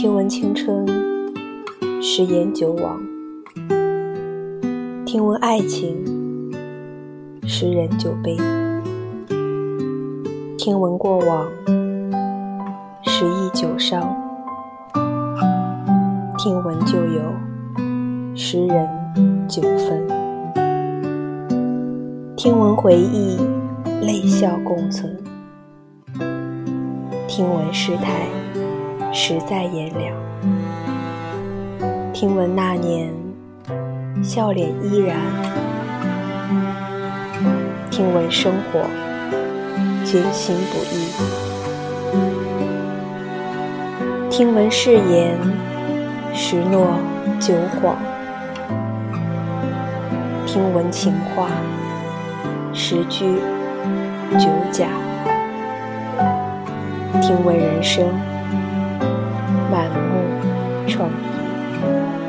听闻青春十言九忘，听闻爱情十人九悲，听闻过往十忆九伤，听闻就有十人九分，听闻回忆泪笑共存，听闻世态实在炎凉，听闻那年笑脸依然，听闻生活艰辛不易，听闻誓言十诺九谎，听闻情话十句九假，听闻人生满目疮痍。